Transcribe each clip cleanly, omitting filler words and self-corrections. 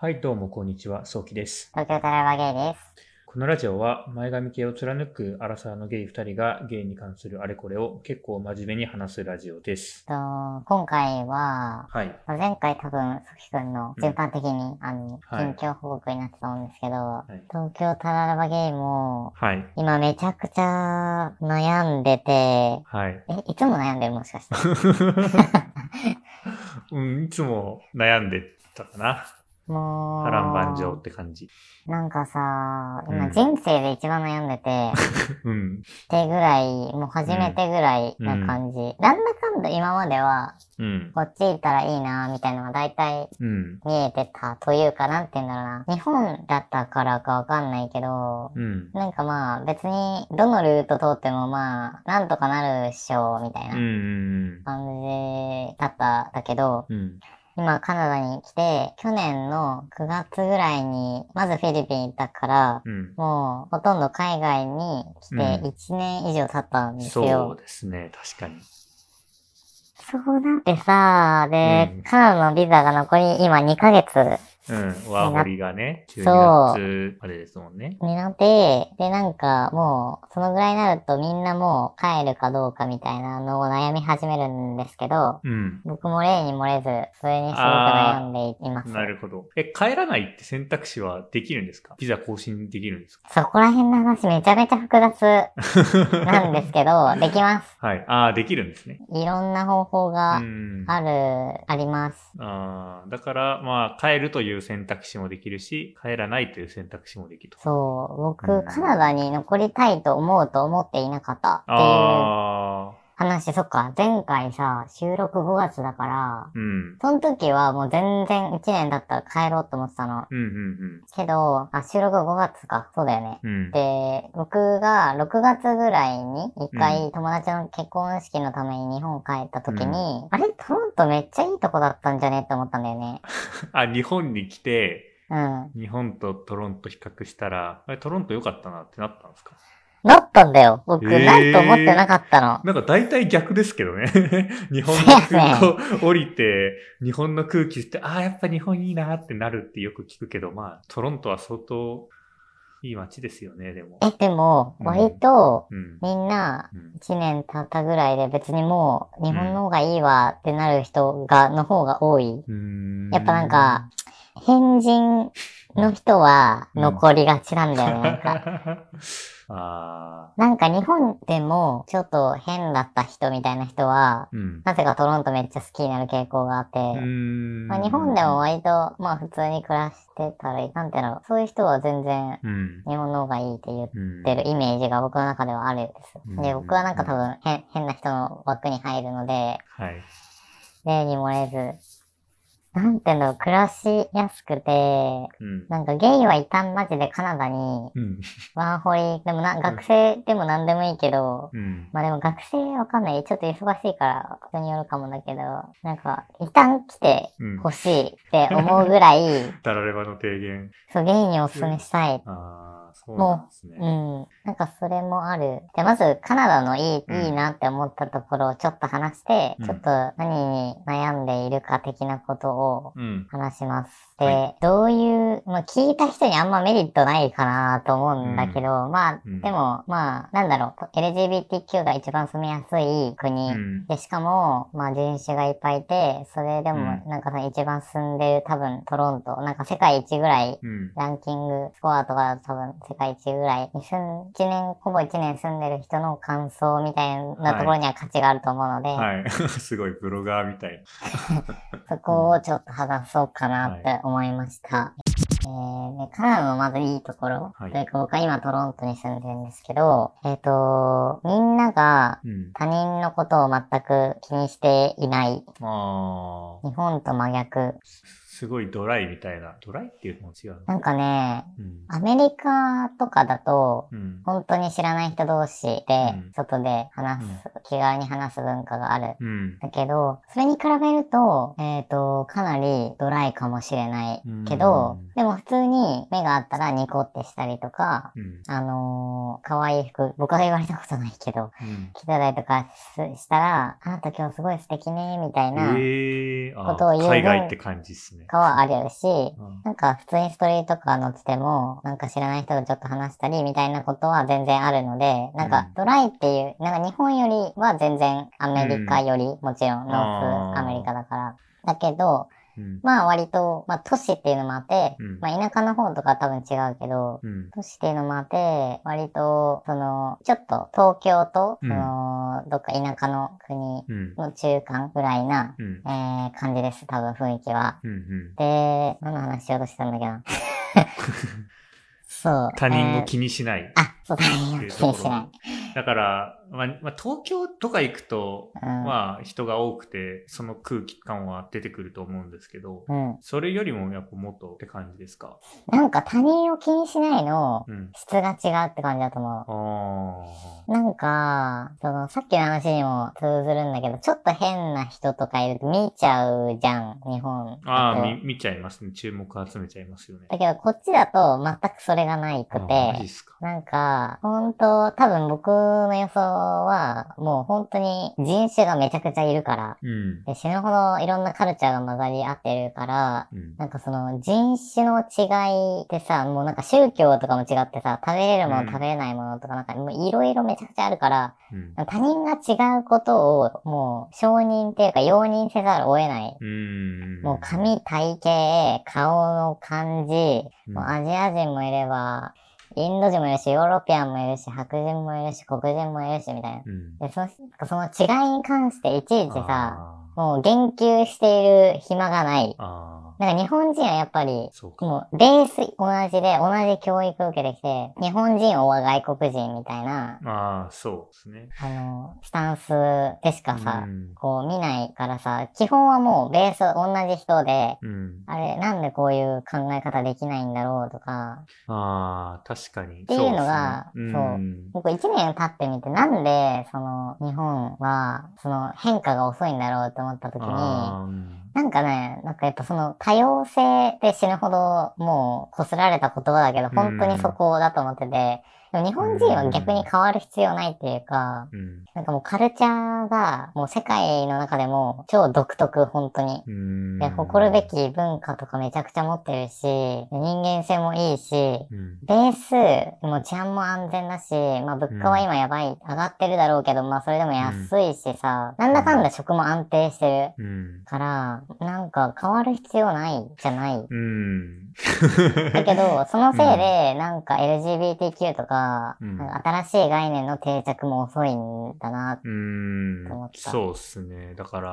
はい、どうもこんにちは、そうきです。 東京タラバゲイです。 このラジオは前髪系を貫くアラサーのゲイ2人がゲイに関するあれこれを結構真面目に話すラジオです。 今回は、 はい。 前回多分、ソキ君の順番的に、近はい。 況報告になってたと思うんですけど、 はい。 東京タラバゲイも、 はい。 今めちゃくちゃ悩んでて、 はい。 いつも悩んでるもしかして。 うん、いつも悩んでたかな。波乱万丈っもて感じ。 なんかさ、今うん。 人生で一番悩んでて、 うん。 ってぐらい、もう初めうん。 てぐらいなうん。 感じ。なんだかんだ今までは、 うん。 こっち行ったらいいな、みたいなのが大体うん。 見えてたというか、なんて言うんだろうな。日本だったからかわかんないけど、 うん。 なんかまあ別にどのルート通ってもまあなんとかなるっしょ、みたいうん。うなん。 感じだったんだけど、 うん。 今カナダに来て、去年の9月ぐらいに、まずフィリピン行ったから、 うん。 もうほとんど海外に来てうん。 1年以上経ったんですそうよ。 ですね、確かに。 そうなってさ、で、 うん。 カナダのビザが残り今2ヶ月うん、ワーホになっリがね、12 そ月までですもんね。 う、になって、で、なんかもう、そのぐらいになるとみんなもう帰るかどうかみたいなのを悩み始めるんですけど、 うん。 僕も例に漏れず、それにすごく悩んあでいまー、 す。 なるほど。帰らないって選択肢はできるんですか？ビザ更新できるんですか？ そこら辺の話めちゃめちゃ複雑なんですけど、できます。 はい。あー、できるんですね。 いろんな方法うがん。 あります。 あー、だから、まあ、帰るという選択肢もできるし、帰らないという選択肢もできると。 そう、 う僕、カナダん。 に残りたいと思っていなかったっていうあ話、そっか、前回さ、収録5月だから、 ー、うん。 その時はもう全然1年だったら帰ろうと思ってたの。 うん、うん、 けど、収録5月か、そうだよね。 うん。うん。 で、僕が6月ぐらいに一うん。 回友達の結婚式のために日本帰った時うん。 に、あれトロントめっちゃいいとこだったんじゃねって思ったんだよね。 あ、日本に来て、 うん。 日本とトロント比較したら、あれ、トロント良かったなってなったんですか？ なったんだよ。僕、なると思ってええなかったの。 なんか大体逆ですけどね。日本せのやねん。 空港降りて、日本の空気吸って、ああ、やっぱ日本いいなってなるってよく聞くけど、まあ、トロントは相当いい街ですよね、でも。 でも、割うん。 と、 うん。 みんな、 うん。 1年経ったぐらいで別にもう、日うん。 本の方がいいわってなるの方が多い。 うーやっぱなんか、 ん。 変人のうん。 人はうん。 残りがちなんだよね、なんか。 ああ。 なんか日本でもちょっと変だった人みたいな人は、 うん。 なぜかトロントめっちゃ好きになる傾向があっうーて、まあ、日本でもん。 割とまあ普通に暮らしてたら、なんていうの、そういう人は全然うん。 日本の方がいいって言っうん。 てるイメージが僕の中ではあるんです。 うん。 で、僕はなんうん。 か多分変な人の枠に入るので、 はい。 例に漏れず、なんていうの、暮らしやすくて、 うん。 なんかゲイは一旦マジでカナダにうん。 ワーホリ、でも学生でも何でもいいけど、 うん。 まあでも学生わかんない。ちょっと忙しいから人によるかもだけど、なんか一旦来てうん。 欲しいって思うぐらい、 タラレバの提言。 そう、ゲイにおすすめしたい。 ああ、そうなんもですう、 ね。 なんかそれもある。で、まずカナダのいいうん。 なって思ったところをちょっと話して、ちょっうん。 と何に悩んでいるか的なことをうん。 話します。 はい。 で、どういう、まあ聞いた人にあんまメリットないかなと思うんだけうん。 ど、まあ、 うん。 でも、まあ、なんだろう、LGBTQ が一番住みやすい国。 うん。 で、しかも、まあ人種がいっぱいいて、それでも、 うん。 なんかさ、一番住んでる多分トロント、なんか世界一ぐらいうん。 ランキング、スコアとか多分世界一ぐらいに一年、ほぼ一年住んでる人の感想みたいなとはい。 ころには価値があると思うので、 はい。すごいブロガーみたいそな。うん。 こをちょっと話そうかなっはい。 て思いました。で、カナダのまずいいところ、 はい。 というか僕は今トロントに住んでるんですけど、みんながうん。 他人のことを全く気にしていない。 ああ、 日本と真逆。 すごいドライみたいな。ドライっていうのも違うのか。 なんかね、 うん。 アメリカとかだと、 うん。 本当に知らない人同士で、 うん。 外でうん。 気軽に話す文化がある。 うん。 だけど、それに比べると、かなりドライかもしれないうけど、 ん。 でも普通に目があったらニコってしたりとか、 うん。 可愛い服、僕は言われたことないけど、 うん。 着てたりとかしたら、あなた今日すごい素敵ね、みたいなええー、あー、 ことを言う海外って感じっすね。 かはあるし、 うんなんか普通にストリートカー乗ってても、なんか知らない人とちょっと話したりみたいなことは全然あるので、なんかドライっていう、なんか日本よりは全然アメリカより、もちろんノースアメリカだから。だけど、 うんまあ割と、まあ都市っていうのもあって、 うんまあ田舎の方とかは多分違うけど、 うん都市っていうのもあって、割と、ちょっと東京と、 うんどっか田舎の国うんの中間ぐらいな、 うん感じです、多分雰囲気は。 うんで、何の話しようとしたんだっけな。そう。 他人を気にしないっそう、他人ていうを気ところ。 にしない。 だから、東京とか行くと、 うん人が多くて、その空気感は出てくると思うんですけど、 うん。 それよりもやっぱもっとって感じですか？ なんか他人を気にしないのうん。 質が違うって感じだと思あう。なんか、さっきの話にも通ずるんだけど、ちょっと変な人とかいると見ちゃうじゃん、日本あ。ああ、 だと。 見ちゃいますね。注目集めちゃいますよね。 だけど、こっちだと全くそれがないくマジてっ、すか？ なんか、多分僕の予想は、もう本当に人種がめちゃくちゃいるから、 うん。 で死ぬほどいろんなカルチャーが混ざり合ってるから、 うん。 なんかその人種の違いってさ、もうなんか宗教とかも違ってさ、食べれるもの食べれないものとかなんかもういろいろめちゃくちゃあるから、 うん。 他人が違うことをもう承認っていうか容認せざるを得ない。もう髪、体型、顔の感じ、もうアジア人もいれば、インド人もいるし、ヨーロピアンもいるし、白人もいるし、黒人もいるし、みたいな。 うん。 で、その違いに関していちいちさ、 あもう言及している暇がない。 あ。 なんか日本人はやっぱり、 そうか。 もうベース同じで同じ教育を受けてきて、日本人は外国人みたいな、 ああ、そうですね。 スタンスでしかさ、 うんこう見ないからさ、基本はもうベース同じ人で、 うん。 あれ、なんでこういう考え方できないんだろうとか、 ああ、確かに。 っていうのが、 そうですね。 僕一年経ってみて、なんで、日本は、変化が遅いんだろうと思った時に、 ああ、うん。 なんかね、なんかやっぱ多様性って死ぬほどもう擦られた言葉だけど、本当にそこだと思ってて、でも日本人は逆に変わる必要ないっていうか、 うん。 なんかもうカルチャーがもう世界の中でも超独特、本当に。で、誇るべき文化とかめちゃくちゃ持ってるし、人間性もいいし、 うん。 ベース、もう治安も安全だし、まあ物価は今やばい、上がってるだろうけど、まあそれでも安いしさ、なんだかんだ食も安定してる。 うん。 から、なんか変わる必要ないじゃない。 うん。 だけど、そのせいで、なんか LGBTQ とか、 うんなんか新しい概念の定着も遅いんだな、と思った。 そうっすね。だから、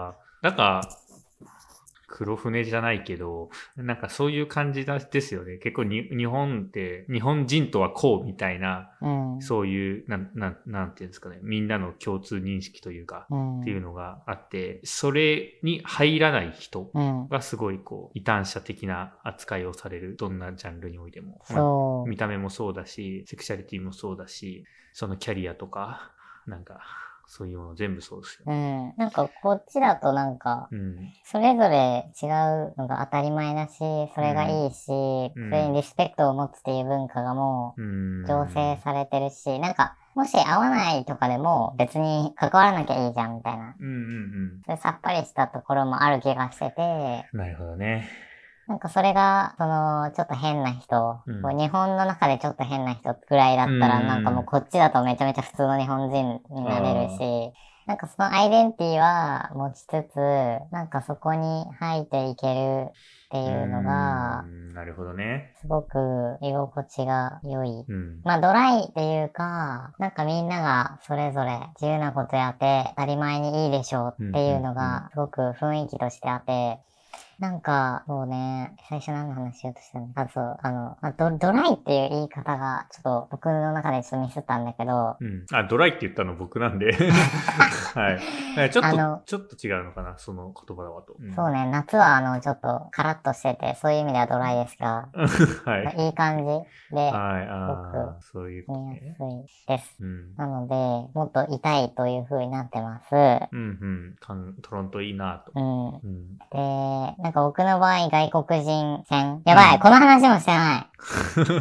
黒船じゃないけど、なんかそういう感じですよね。結構日本って、日本人とはこうみたいな、そういう、なんていうんですかね、みんなの共通認識というか、っていうのがあって、それに入らない人がすごい異端者的な扱いをされる。どんなジャンルにおいても。見た目もそうだし、セクシャリティもそうだし、そのキャリアとか、なんか、そういうもの全部そうですよ。 なんかこっちだとなんか、それぞれ違うのが当たり前だし、それがいいし、それにリスペクトを持つっていう文化がもう、醸成されてるし、なんか、もし合わないとかでも別に関わらなきゃいいじゃんみたいな。そういうさっぱりしたところもある気がしてて、 なるほどね。 なんかそれが、ちょっと変な人、こう日本の中でちょっと変な人ぐらいだったら、なんかもうこっちだとめちゃめちゃ普通の日本人になれるし、なんかそのアイデンティティは持ちつつ、なんかそこに入っていけるっていうのが、 なるほどね。 すごく居心地が良い。まあドライっていうか、なんかみんながそれぞれ自由なことやって当たり前にいいでしょうっていうのがすごく雰囲気としてあって、なんか、そうね、最初何の話しようとしたのか。ドライっていう言い方が、ちょっと僕の中でちょっとミスったんだけど。 ドライって言ったの僕なんで。はい。ちょっと違うのかな、その言葉だわと。 そうね、夏はちょっとカラッとしてて、そういう意味ではドライですが、 はい。 いい感じで、 すごく、そういう見やすいです。 うん。 なので、もっと痛いという風になってます。 トロントいいなと。 で、なんか僕の場合、外国人戦。やばい、この話もしてない。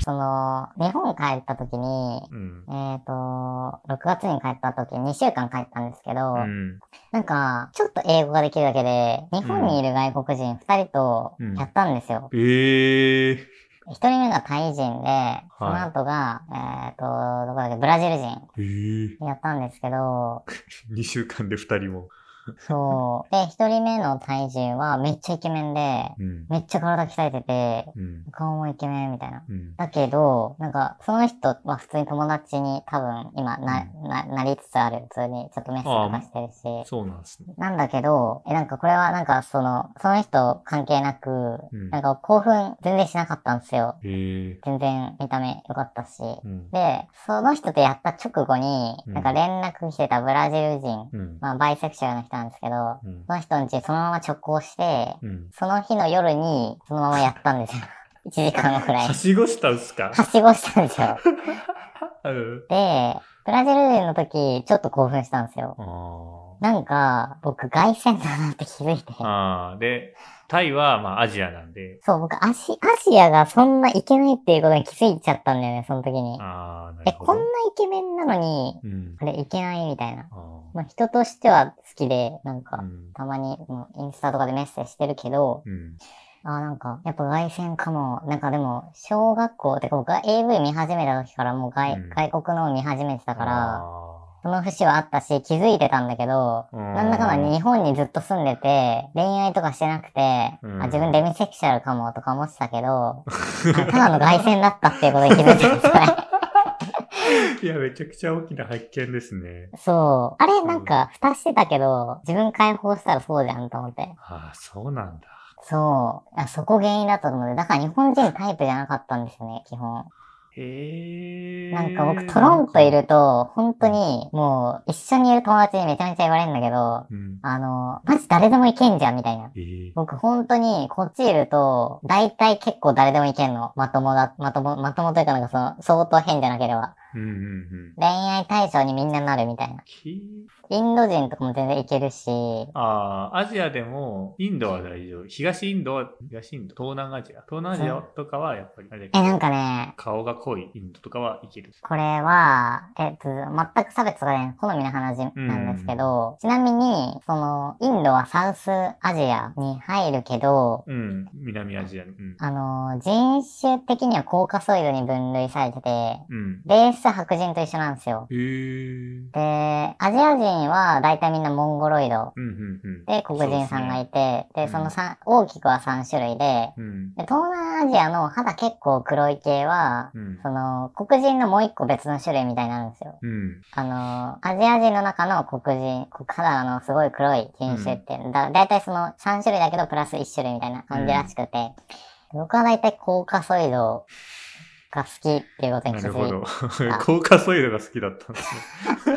日本帰った時に、6月に帰った時に2週間帰ったんですけど、なんか、ちょっと英語ができるだけで、日本にいる外国人2人とやったんですよ。1人目がタイ人で、その後が、どこだっけ、ブラジル人。やったんですけど、 2週間で2人も。 そう。で、一人目のタイ人はめっちゃイケメンで、めっちゃ体鍛えてて、顔もイケメンみたいな。だけど、なんか、その人は普通に友達に多分今なりつつある。普通にちょっとメッセージとかしてるし。 そうなんですね。 なんだけど、なんかこれはなんかその人関係なく、なんか興奮全然しなかったんですよ。全然見た目良かったし。で、その人とやった直後に、なんか連絡してたブラジル人、まあバイセクシュアルの人なんですけど、その人の家そのまま直行して、その日の夜にそのままやったんですよ。1時間後くらい。 はしごしたんすか？ はしごしたんですよ。で、ブラジル人の時、ちょっと興奮したんですよ。なんか、僕、凱旋だなって気づいて。 で、タイは、まあ、アジアなんで。 そう、僕、アジアがそんないけないっていうことに気づいちゃったんだよね、その時に。 なるほど。 こんなイケメンなのに、あれ、いけないみたいな。まあ、人としては好きで、なんか、たまに、インスタとかでメッセージしてるけど、なんか、やっぱ凱旋かも。なんかでも、小学校って僕が AV 見始めた時からもう外国のを見始めてたから、その節はあったし、気づいてたんだけど、なんだかんだ日本にずっと住んでて、恋愛とかしてなくて、自分デミセクシャルかもとか思ってたけど、ただの凱旋だったっていうことに気づいてたんですよね。 いや、めちゃくちゃ大きな発見ですね。 そう。あれ、なんか、蓋してたけど、自分解放したらそうじゃんと思って。 そうなんだ。 そう。そこ原因だったと思う。だから日本人タイプじゃなかったんですよね、基本。なんか僕トロントいると、本当にもう一緒にいる友達にめちゃめちゃ言われるんだけど、マジ誰でもいけんじゃんみたいな。僕本当にこっちいると、大体結構誰でもいけんの。まともというかなんか相当変じゃなければ。恋愛対象にみんななるみたいな。インド人とかも全然いけるし。 アジアでも、インドは大丈夫。東インド、東南アジアとかはやっぱりあれだけど。 なんかね、 顔が濃いインドとかはいける。 これは、全く差別とかね、好みの話なんですけど、ちなみに、インドはサウスアジアに入るけど、 南アジアに。 人種的にはコーカソイドに分類されてて、ベース白人と一緒なんですよ。で、アジア人は大体みんなモンゴロイドで黒人さんがいて、で、大きくは3種類で、東南アジアの肌結構黒い系は、黒人のもう一個別の種類みたいになるんですよ。アジア人の中の黒人、肌のすごい黒い人種って、だいたい3種類だけどプラス1種類みたいな感じらしくて、僕はだいたいコーカソイドが好きっていうことに気づいた。なるほど。 コーカソイドが好きだったんですね。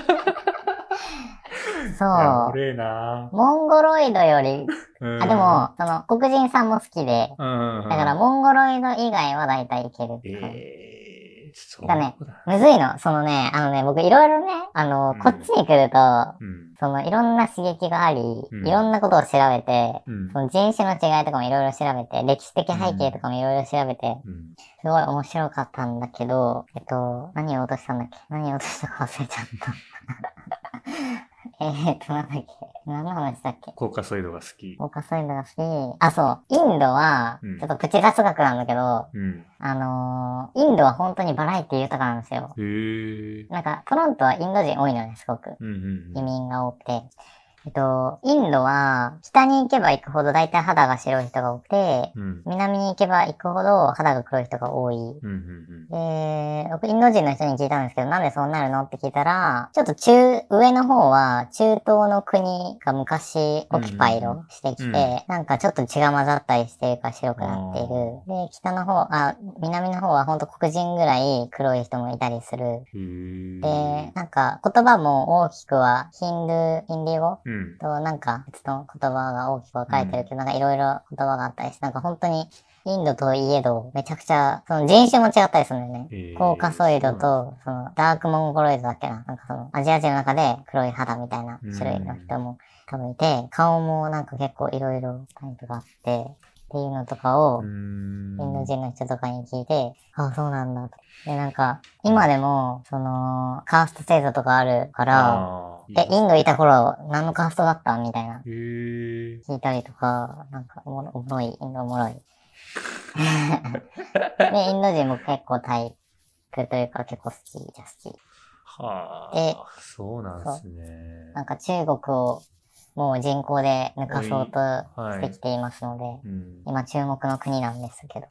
そう。モンゴロイドより、でも、黒人さんも好きで、だからモンゴロイド以外は大体いける。だね、むずいの。僕いろいろね、こっちに来ると、いろんな刺激があり、いろんなことを調べて、人種の違いとかもいろいろ調べて、歴史的背景とかもいろいろ調べて、すごい面白かったんだけど、何を言おうとしたんだっけ？何を言おうとしたか忘れちゃった。なんだっけ？何の話だっけ？ コーカソイドが好き。 コーカソイドが好き。そう。インドは、ちょっとプチ雑学なんだけど、インドは本当にバラエティ豊かなんですよ。なんか、トロントはインド人多いのね、すごく。移民が多くて。インドは、北に行けば行くほど大体肌が白い人が多くて、南に行けば行くほど肌が黒い人が多い。で、僕インド人の人に聞いたんですけど、なんでそうなるのって聞いたら、ちょっと上の方は中東の国が昔オキパイドしてきて、なんかちょっと血が混ざったりしてるから白くなっている。で、南の方はほんと黒人ぐらい黒い人もいたりする。で、なんか言葉も大きくはヒンディー語となんか別の言葉が大きく分かれてるけど、なんかいろいろ言葉があったりして、なんか本当にインドといえどめちゃくちゃ、人種も違ったりするんだよね。コーカソイドと、ダークモンゴロイドだっけな。なんかアジア人の中で黒い肌みたいな種類の人も多分いて、顔もなんか結構いろいろタイプがあって、 っていうのとかを、インド人の人とかに聞いて、あ、そうなんだ。で、なんか、今でも、カースト制度とかあるから、インドいた頃、何のカーストだったみたいな。聞いたりとか、なんか、おもろい、インドおもろい。で、インド人も結構タイプというか結構好きじゃ好き。 はあ、そうなんですね。 なんか中国をもう人口で抜かそうとしてきていますので、今注目の国なんですけど。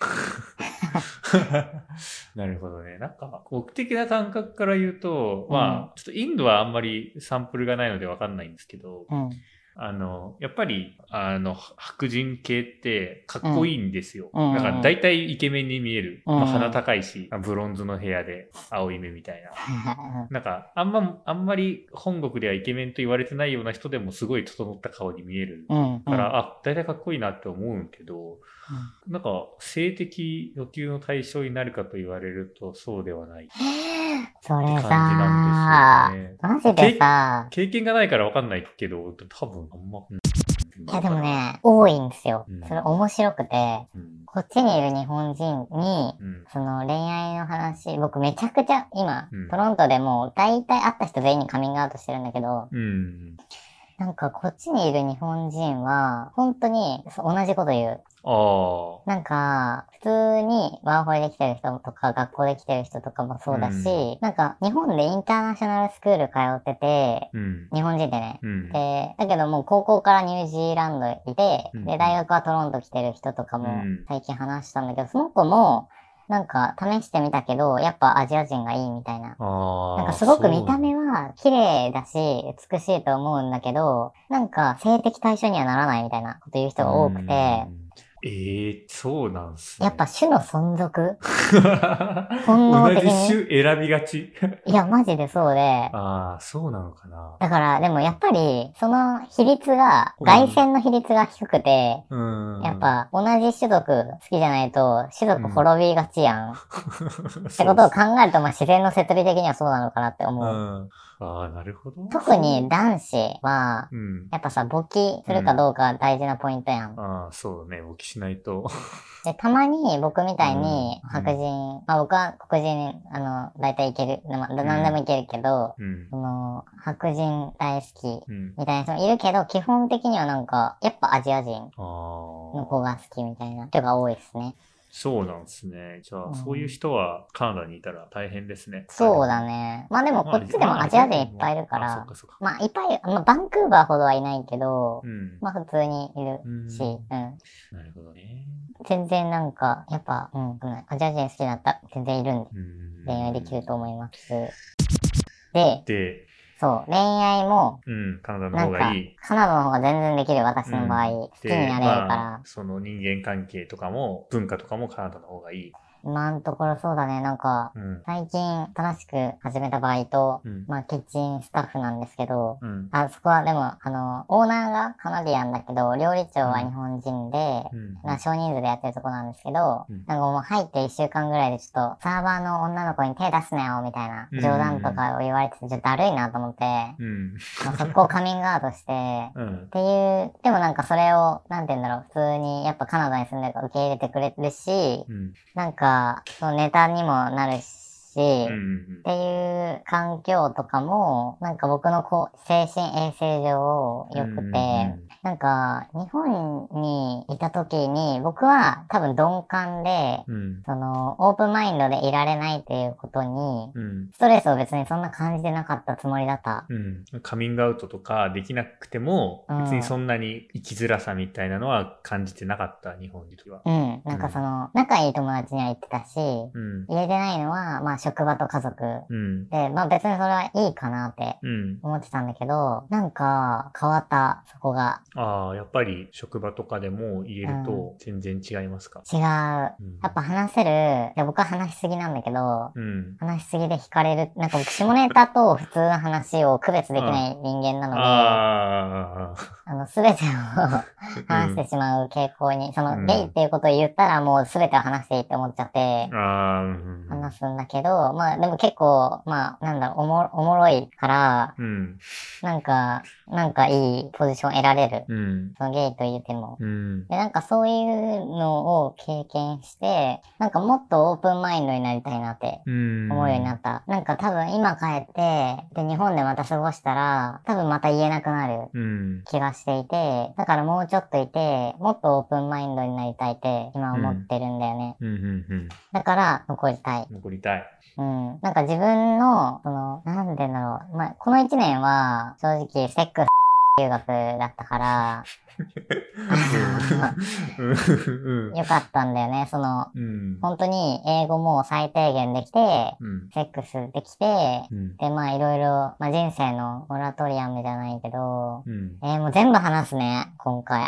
なるほどね。なんか、僕的な感覚から言うと、まあ、ちょっとインドはあんまりサンプルがないのでわかんないんですけど、やっぱり、白人系ってかっこいいんですよ。なんか大体イケメンに見える。まあ、鼻高いし、ブロンズの部屋で青い目みたいな。なんか、あんまり本国ではイケメンと言われてないような人でもすごい整った顔に見える。から、あ、大体かっこいいなって思うんけど、なんか、性的欲求の対象になるかと言われると、そうではない。 それさ、マジでさ、 経験がないからわかんないけど、多分あんま。 いやでもね、多いんですよ。それ面白くて、こっちにいる日本人に、その恋愛の話、僕めちゃくちゃ今、トロントでもう大体会った人全員にカミングアウトしてるんだけど、なんかこっちにいる日本人は、本当に同じこと言う。なんか、普通にワーホリで来てる人とか、学校で来てる人とかもそうだし、なんか、日本でインターナショナルスクール通ってて、日本人でね。で、だけどもう高校からニュージーランドいて、で、大学はトロント来てる人とかも最近話したんだけど、その子も、なんか試してみたけど、やっぱアジア人がいいみたいな。なんかすごく見た目は綺麗だし、美しいと思うんだけど、なんか性的対象にはならないみたいなこと言う人が多くて、 そうなんすね。 やっぱ種の存続本能的に。 同じ種選びがち。 いや、マジでそうで。 ああ、そうなのかな。 だから、でもやっぱり、その比率が、外旋の比率が低くて、やっぱ同じ種族好きじゃないと、種族滅びがちやん。ってことを考えると、まあ自然の摂理的にはそうなのかなって思う。 ああ、なるほど。 特に男子は、やっぱさ、勃起するかどうか大事なポイントやん。 ああ、そうね、勃起しないと。 で、たまに僕みたいに白人、まあ僕は黒人、大体いける、何でもいけるけど、白人大好きみたいな人もいるけど、基本的にはなんか、やっぱアジア人の子が好きみたいな人が多いですね。 そうなんですね。じゃあ、そういう人はカナダにいたら大変ですね。 そうだね。まあでもこっちでもアジア人いっぱいいるから、まあいっぱい、まあバンクーバーほどはいないけど、まあ普通にいるし、 なるほどね。 全然なんか、やっぱ、アジア人好きだったら全然いるんで、恋愛できると思います。で、そう、恋愛も、 カナダの方がいい。 カナダの方が全然できる、私の場合。好きになれるから。 その人間関係とかも、文化とかもカナダの方がいい。 今のところそうだね、なんか、最近新しく始めたバイト、まあ、キッチンスタッフなんですけど、そこはでも、オーナーがカナディアンだけど、料理長は日本人で、少人数でやってるとこなんですけど、なんかもう入って1週間ぐらいでちょっと、サーバーの女の子に手出すなよ、みたいな冗談とかを言われてて、ちょっとだるいなと思って、そこをカミングアウトして、っていう、でもなんかそれを、なんて言うんだろう、普通にやっぱカナダに住んでるから受け入れてくれるし、なんか、そのネタにもなるし、っていう環境とかも、なんか僕の精神衛生上良くて、なんか日本にいた時に僕は多分鈍感で、そのオープンマインドでいられないっていうことに、ストレスを別にそんな感じてなかったつもりだった。 カミングアウトとかできなくても、別にそんなに生きづらさみたいなのは感じてなかった、日本には。 なんかその、仲いい友達には言ってたし、言えてないのは、まあ職場と家族。で、まあ別にそれはいいかなって思ってたんだけど、なんか変わった、そこが。 ああ、やっぱり職場とかでも言えると全然違いますか？ 違う。やっぱ話せる、いや僕は話しすぎなんだけど、話しすぎで惹かれる。なんか僕下ネタと普通の話を区別できない人間なので、すべてを話してしまう傾向に、ゲイっていうことを言ったらもう全てを話していいって思っちゃって、話すんだけど、まあでも結構、まあなんだろう、おもろいから、なんかいいポジション得られる。そのゲイと言っても。で、なんかそういうのを経験して、なんかもっとオープンマインドになりたいなって思うようになった。なんか多分今帰って、で、日本でまた過ごしたら、多分また言えなくなる気がしていて、だからもうちょっといて、もっとオープンマインドになりたいって今思ってるんだよね。だから残りたい。 残りたい。 なんか自分の、なんでだろう。まあ、この一年は、正直、セックス留学だったから、よかったんだよね。本当に英語も最低限できて、セックスできて、で、まあいろいろ、まあ人生のモラトリアムじゃないけど、もう全部話すね、今回。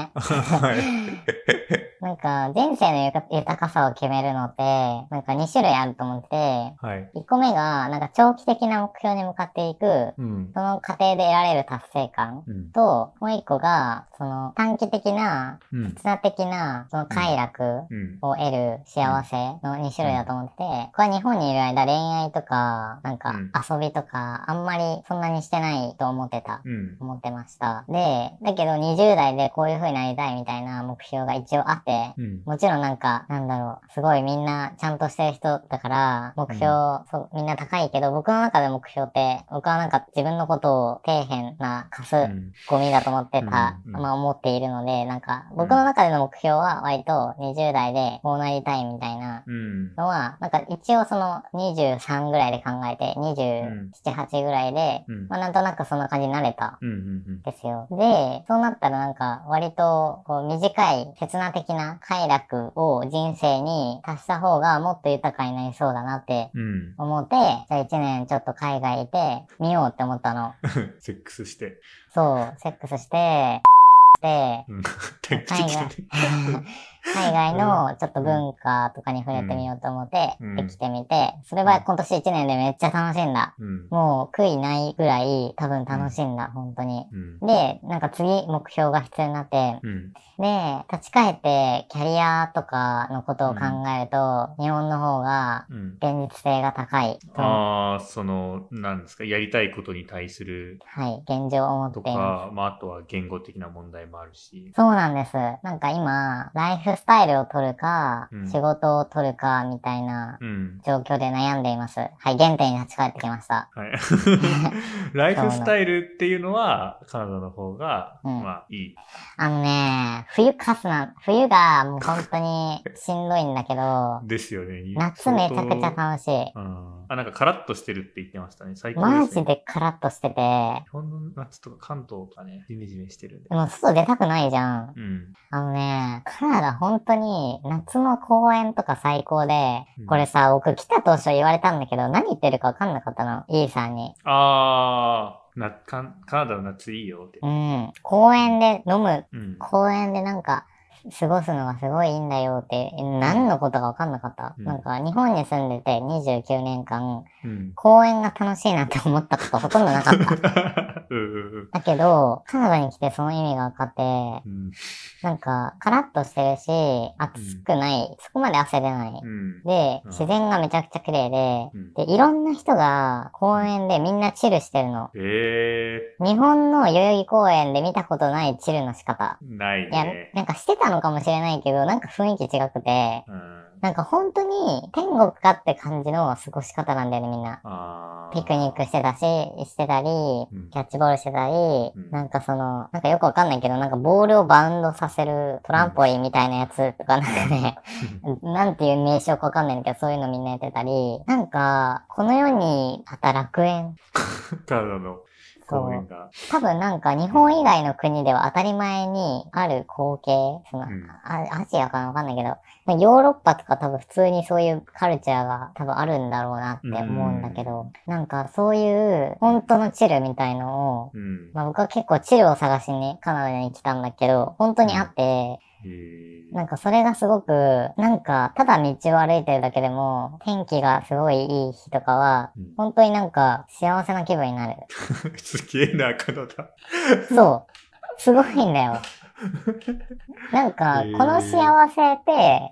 なんか、人生の豊かさを決めるのって、なんか2種類あると思ってて、1個目が、なんか長期的な目標に向かっていく、その過程で得られる達成感と、もう1個が、短期的な、刹那的な、快楽を得る幸せの2種類だと思ってて、これは日本にいる間恋愛とか、なんか遊びとか、あんまりそんなにしてないと思ってました。で、だけど20代でこういう風になりたいみたいな目標が一応あって、もちろんなんか、なんだろう、すごいみんなちゃんとしてる人だから、目標、そう、みんな高いけど、僕の中で目標って、僕はなんか自分のことを底辺なカスゴミだと思ってた、まあ思っているので、なんか、僕の中での目標は割と20代でこうなりたいみたいなのは、なんか一応23ぐらいで考えて、27、8ぐらいで、まあなんとなくそんな感じになれたんですよ。で、そうなったらなんか割とこう短い刹那的な快楽を人生に足した方がもっと豊かになりそうだなって思って、じゃあ1年ちょっと海外いてみようって思ったの。 セックスして。 そう、セックスして、海外のちょっと文化とかに触れてみようと思って、できてみて、それは今年1年でめっちゃ楽しんだ。もう悔いないぐらい多分楽しんだ、本当に。で、なんか次目標が必要になって、で、立ち返ってキャリアとかのことを考えると、日本の方が現実性が高い。 なんですか、やりたいことに対する。 はい、現状を思っています。 とか、まああとは言語的な問題もあるし。 そうなんです。なんか今、ライフスタイルを取るか、仕事を取るか、みたいな状況で悩んでいます。はい、原点に立ち返ってきました。 はい。ライフスタイルっていうのは、カナダの方が、まあいい。 冬がもう本当にしんどいんだけど、 ですよね。 夏めちゃくちゃ楽しい。 なんかカラッとしてるって言ってましたね。最高ですね。マジでカラッとしてて。 日本の夏とか関東とかね、ジメジメしてるんで。 でも外出たくないじゃん。カナダ本当に夏の公園とか最高で、これさ、僕来た当初言われたんだけど、何言ってるかわかんなかったの。イーさんに。 カナダの夏いいよって。 公園で飲む、公園でなんか、過ごすのがすごいいいんだよって、何のことかわかんなかった。なんか、日本に住んでて29年間、公園が楽しいなって思ったことほとんどなかった。だけど、カナダに来てその意味が分かって、なんか、カラッとしてるし、暑くない、そこまで汗出ない。で、自然がめちゃくちゃ綺麗で、いろんな人が公園でみんなチルしてるの。日本の代々木公園で見たことないチルの仕方。 ないね。 いや、なんかしてたのかもしれないけど、なんか雰囲気違くて、なんか本当に天国かって感じの過ごし方なんだよね、みんな。ピクニックしてたり、キャッチボールしてたり、なんかなんかよくわかんないけど、なんかボールをバウンドさせるトランポリンみたいなやつとかなんかね、なんていう名称かわかんないんだけど、そういうのみんなやってたり、なんか、この世にあった楽園。 カナダの。 多分なんか日本以外の国では当たり前にある光景、アジアかなわかんないけど、ヨーロッパとか多分普通にそういうカルチャーが多分あるんだろうなって思うんだけど、なんかそういう本当のチルみたいのを、まあ僕は結構チルを探しにカナダに来たんだけど、本当にあって、なんかそれがすごく、なんかただ道を歩いてるだけでも、天気がすごいいい日とかは、本当になんか幸せな気分になる。 すげえな、カナダ。 そう。すごいんだよ。 なんか、この幸せって、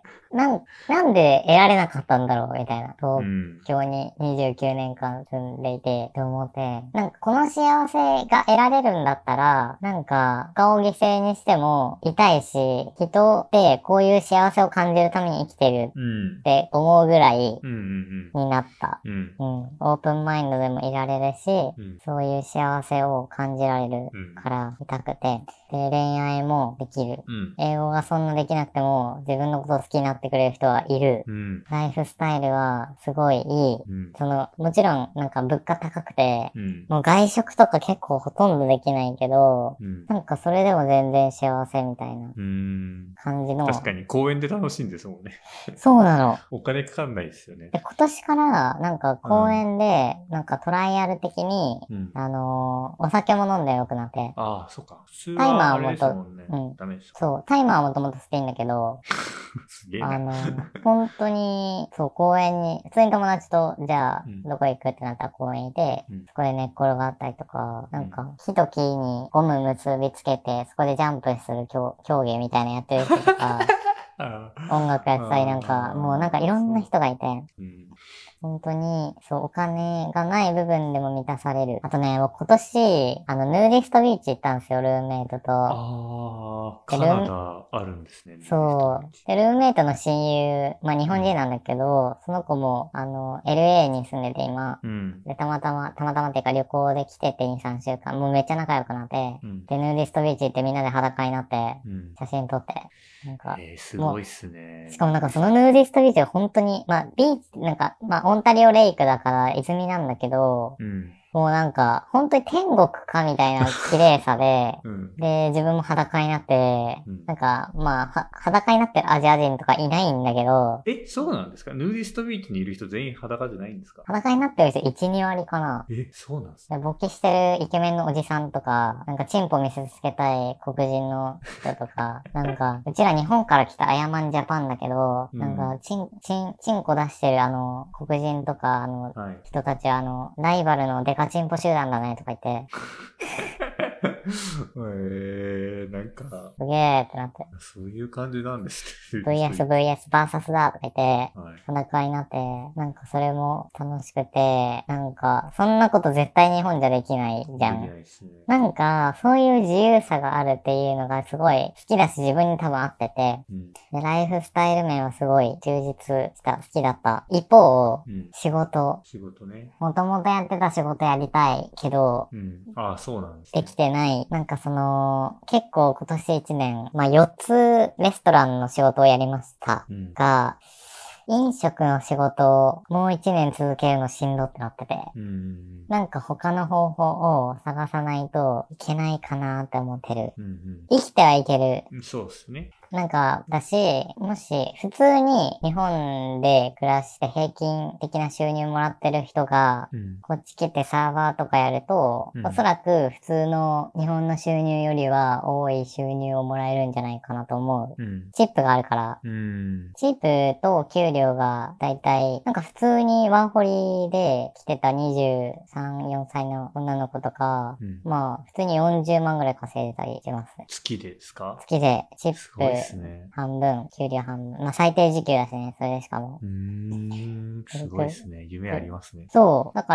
なんで得られなかったんだろうみたいな。東京に29年間住んでいて、と思って、なんかこの幸せが得られるんだったら、なんか、顔を犠牲にしても痛いし、人ってこういう幸せを感じるために生きてるって思うぐらいになった。オープンマインドでもいられるし、そういう幸せを感じられるから痛くて、で、恋愛もできる。英語がそんなできなくても自分のことを好きになってくれる人はいる。ライフスタイルはすごいいい。もちろんなんか物価高くて、もう外食とか結構ほとんどできないけど、なんかそれでも全然幸せみたいな感じの。 確かに公園で楽しいんですもんね。 そうなの。 お金かかんないですよね。 で、今年からなんか公園で、なんかトライアル的に、お酒も飲んでよくなって。 ああ、そうか。普通はあれですもんね。ダメですそう、タイマーはもともと捨ていいんだけど、 すげえな。 本当に、そう、公園に、普通に友達と、じゃあ、どこ行くってなったら公園いて、そこで寝っ転がったりとか、なんか、木と木にゴム結びつけて、そこでジャンプする競技みたいなやってる人とか、音楽やってたりなんか、もうなんかいろんな人がいて、本当に、そう、お金がない部分でも満たされる。あとね、僕今年、ヌーディストビーチ行ったんですよ、ルームメイトと。 ああ、カナダあるんですね。 そう。で、ルームメイトの親友、まあ日本人なんだけど、その子も、LA に住んでて今。で、たまたまっていうか旅行で来てて2、3週間、もうめっちゃ仲良くなって、で、ヌーディストビーチ行ってみんなで裸になって、写真撮って。なんか、 すごいっすね。 しかもなんかそのヌーディストビーチは本当に、まあビーチ、なんか、まあオンタリオレイクだから泉なんだけど、もうなんか、本当に天国かみたいな綺麗さで、で、自分も裸になって、なんか、まあ、裸になってるアジア人とかいないんだけど。 そうなんですか？ヌーディストビーチにいる人全員裸じゃないんですか？ 裸になってる人1、2割かな。 そうなんですね。 勃起してるイケメンのおじさんとか、なんかチンポ見せつけたい黒人の人とか、なんか、うちら日本から来たアヤマンジャパンだけど、なんか、チンコ出してる黒人とか、人たちはライバルのデカチンポ集団だねとか言って。 なんか。 すげーってなって。 そういう感じなんですね。VS バーサスだとか言って、裸になって、なんかそれも楽しくて、なんか、そんなこと絶対日本じゃできないじゃん。なんか、そういう自由さがあるっていうのがすごい好きだし自分に多分合ってて、で、ライフスタイル面はすごい充実した、好きだった。一方、仕事ね。もともとやってた仕事やりたいけど、 そうなんです、 できてない。なんか結構今年1年、まあ4つレストランの仕事をやりましたが、飲食の仕事をもう1年続けるのしんどってなってて、なんか他の方法を探さないといけないかなって思ってる。生きてはいける。 そうですね。 なんか、だし、もし、普通に日本で暮らして平均的な収入もらってる人が、こっち来てサーバーとかやると、おそらく普通の日本の収入よりは多い収入をもらえるんじゃないかなと思う。チップがあるから。チップと給料がだいたい、なんか普通にワーホリで来てた23、4歳の女の子とか、まあ、普通に40万ぐらい稼いでたりします。 月でですか？ 月で、チップ半分、給料半分。まあ最低時給だしね、それでしかも。 すごいですね。夢ありますね。 そう。だから、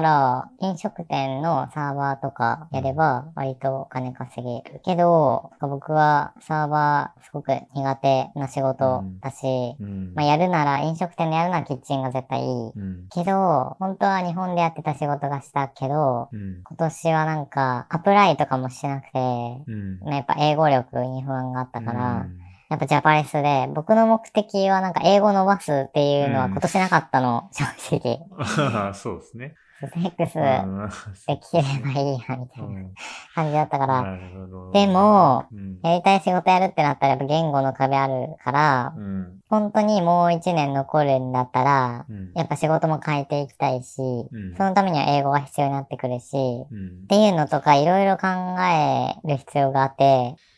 飲食店のサーバーとかやれば、割とお金稼げる。けど、僕はサーバーすごく苦手な仕事だし、まあやるなら、飲食店でやるならキッチンが絶対いい。けど、本当は日本でやってた仕事がしたけど、今年はなんか、アプライとかもしなくて、やっぱ英語力に不安があったから、やっぱジャパレスで、僕の目的はなんか英語伸ばすっていうのは今年なかったの、正直。 そうですね。 セックスできればいいや、みたいな感じだったから。でも、やりたい仕事やるってなったらやっぱ言語の壁あるから、本当にもう1年残るんだったら、やっぱ仕事も変えていきたいし、そのためには英語が必要になってくるし、っていうのとかいろいろ考える必要があって、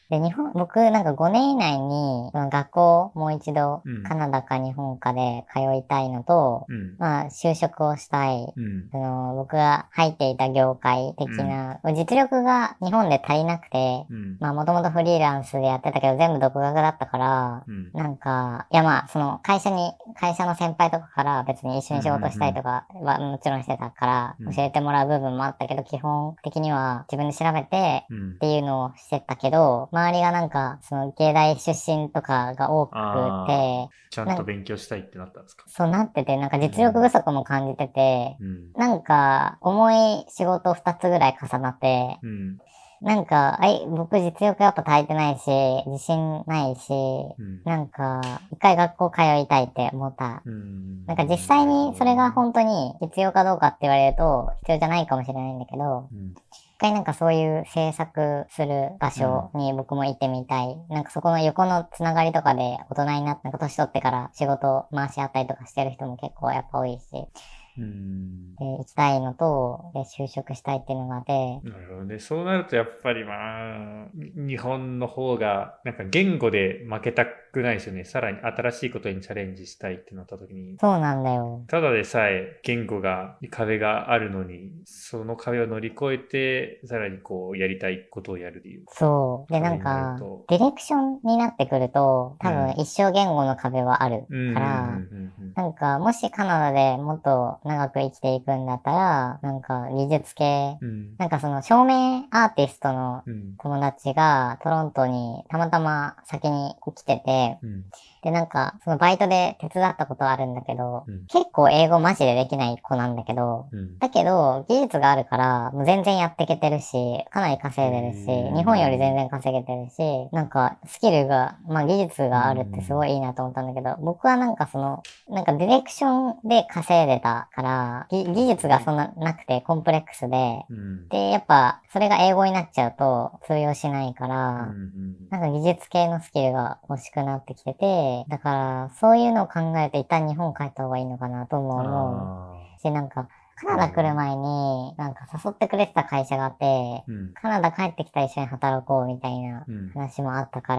で、僕なんか5年以内に、その学校もう一度、カナダか日本かで通いたいのと、まあ、就職をしたい。僕が入っていた業界的な、実力が日本で足りなくて、まあ、もともとフリーランスでやってたけど、全部独学だったから、なんか、いやまあ、その会社の先輩とかから別に一緒に仕事したいとかはもちろんしてたから、教えてもらう部分もあったけど、基本的には自分で調べてっていうのをしてたけど、周りがなんか、その芸大出身とかが多くて、 ちゃんと勉強したいってなったんですか？ そうなってて、なんか実力不足も感じてて、なんか、重い仕事2つぐらい重なって、なんか、僕実力やっぱ足りてないし、自信ないし、なんか、一回学校通いたいって思った。なんか実際にそれが本当に必要かどうかって言われると必要じゃないかもしれないんだけど、一回なんかそういう制作する場所に僕も行ってみたい。なんかそこの横のつながりとかで大人になって、なんか年取ってから仕事回し合ったりとかしてる人も結構やっぱ多いし、で、行きたいのと、で、就職したいっていうのがあって。 なるほどね。そうなるとやっぱりまあ、日本の方が、なんか言語で負けたくないですよね。さらに新しいことにチャレンジしたいってなった時に。 そうなんだよ。 ただでさえ壁があるのに、その壁を乗り越えて、さらにこう、やりたいことをやる理由。 そう。で、なんか、ディレクションになってくると、多分一生言語の壁はあるから、なんか、もしカナダでもっと長く生きていくんだったら、なんか技術系、なんかその照明アーティストの友達がトロントにたまたま先に来てて、で、なんか、そのバイトで手伝ったことはあるんだけど、結構英語マジでできない子なんだけど、だけど、技術があるから、もう全然やっていけてるし、かなり稼いでるし、日本より全然稼げてるし、なんか、スキルが、まあ技術があるってすごいいいなと思ったんだけど、僕はなんかなんかディレクションで稼いでたから、技術がそんななくてコンプレックスで、で、やっぱ、それが英語になっちゃうと通用しないから、なんか技術系のスキルが欲しくなってきてて、だから、そういうのを考えて一旦日本帰った方がいいのかなとも思うし、なんか、カナダ来る前に、なんか誘ってくれてた会社があって、カナダ帰ってきたら一緒に働こうみたいな話もあったから、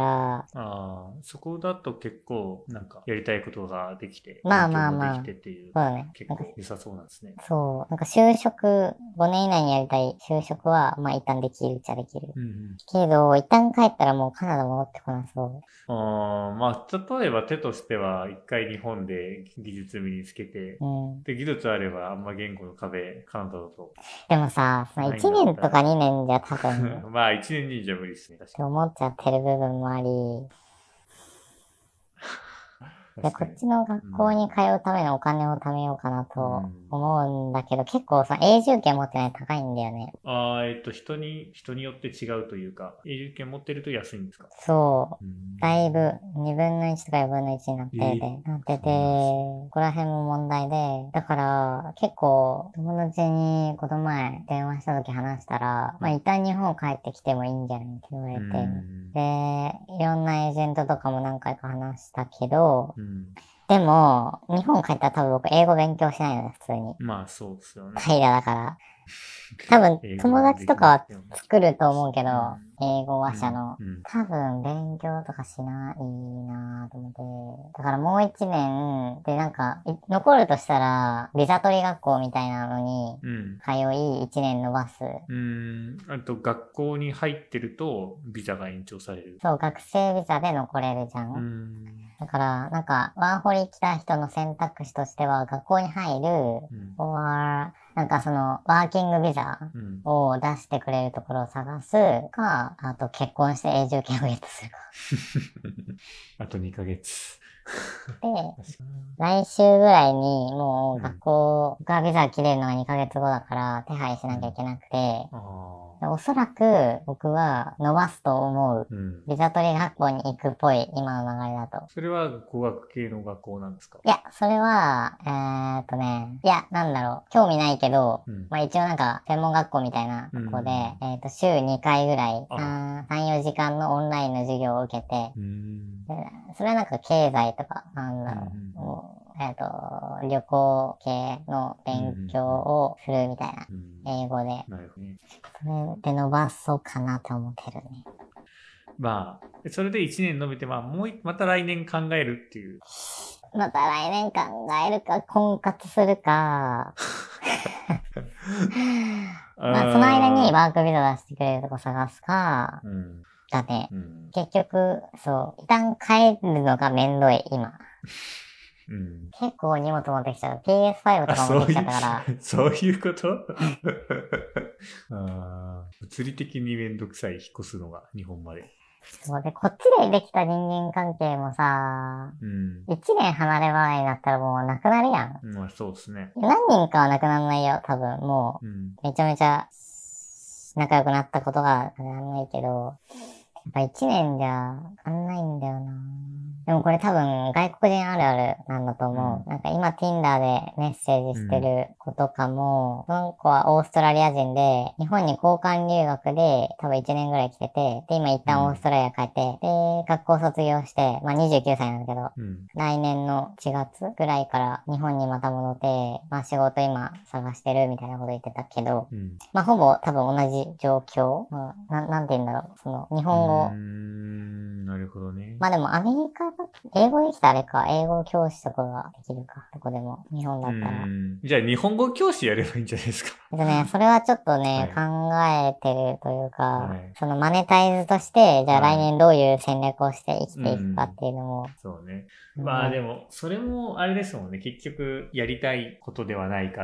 そこだと結構、なんか、やりたいことができて、 まあまあまあ、 勉強もできてっていう、 そうだね。 結構良さそうなんですね。 そう。なんか就職、5年以内にやりたい就職は、まあ一旦できるっちゃできる。けど、一旦帰ったらもうカナダ戻ってこなそう。 まあ、例えば手としては、一回日本で技術身につけて、で、技術あればあんま言語の壁、カナダだと。 でもさ、その1年とか2年じゃ多分。 まあ、1年2じゃ無理ですね、確かに。 って思っちゃってる部分もあり、で、こっちの学校に通うためのお金を貯めようかなと思うんだけど、結構永住権持ってないと高いんだよね。 人によって違うというか、永住権持ってると安いんですか？ そう。だいぶ、2分の1とか4分の1になってて、ここら辺も問題で、だから、結構、友達にこの前電話した時話したら、まあ、一旦日本帰ってきてもいいんじゃないって言われて、で、いろんなエージェントとかも何回か話したけど、でも、日本帰ったら多分僕英語勉強しないのね、普通に。 まあそうですよね。 平だから。多分、友達とかは作ると思うけど、英語話者の。多分、勉強とかしないなと思って。だからもう一年でなんか、残るとしたら、ビザ取り学校みたいなのに、通い一年伸ばす。 あと、学校に入ってると、ビザが延長される。 そう、学生ビザで残れるじゃん。だから、なんか、ワーホリ来た人の選択肢としては、学校に入る、なんかワーキングビザを出してくれるところを探すか、あと結婚して永住権をゲットするか。 あと2ヶ月。 で、来週ぐらいにもう学校がビザ切れるのが2ヶ月後だから手配しなきゃいけなくて、おそらく僕は伸ばすと思う。ビザ取り学校に行くっぽい、今の流れだと。 それは語学系の学校なんですか？ いや、それは、いや、なんだろう。興味ないけど、まあ一応なんか、専門学校みたいなとこで、週2回ぐらい、3、4時間のオンラインの授業を受けて、それはなんか経済とか、なんだろう、旅行系の勉強をするみたいな、英語で。それで伸ばそうかなと思ってるね。 まあ、それで1年伸びて、まあ、また来年考えるっていう。 また来年考えるか、婚活するか。まあ、その間にワークビザ出してくれるとこ探すか、だね。結局、そう、一旦帰るのがめんどい、今。結構荷物持ってきちゃう。PS5 とか持ってきちゃったから。 そういうこと物理的にめんどくさい、引っ越すのが、日本まで。 そうで、こっちでできた人間関係もさ、1年離れ離れになったらもうなくなるやん。 まあそうですね。 何人かはなくならないよ、多分。もう、めちゃめちゃ仲良くなったことがなくならないけど、やっぱ1年じゃあんないんだよな。でもこれ多分外国人あるあるなんだと思う。なんか今 Tinder でメッセージしてる子とかも、その子はオーストラリア人で、日本に交換留学で多分1年ぐらい来てて、で今一旦オーストラリア帰って、で、学校卒業して、まあ29歳なんだけど、来年の4月ぐらいから日本にまた戻って、まあ仕事今探してるみたいなこと言ってたけど、まあほぼ多分同じ状況。まあ、なんて言うんだろう。その日本語。 なるほどね。 まあでもアメリカだ英語できたらあれか、英語教師とかができるか、どこでも、日本だったら。 じゃあ日本語教師やればいいんじゃないですか。 それはちょっとね、考えてるというか、そのマネタイズとして、じゃあ来年どういう戦略をして生きていくかっていうのも。 そうね。まあでも、それもあれですもんね。結局、やりたいことではないから、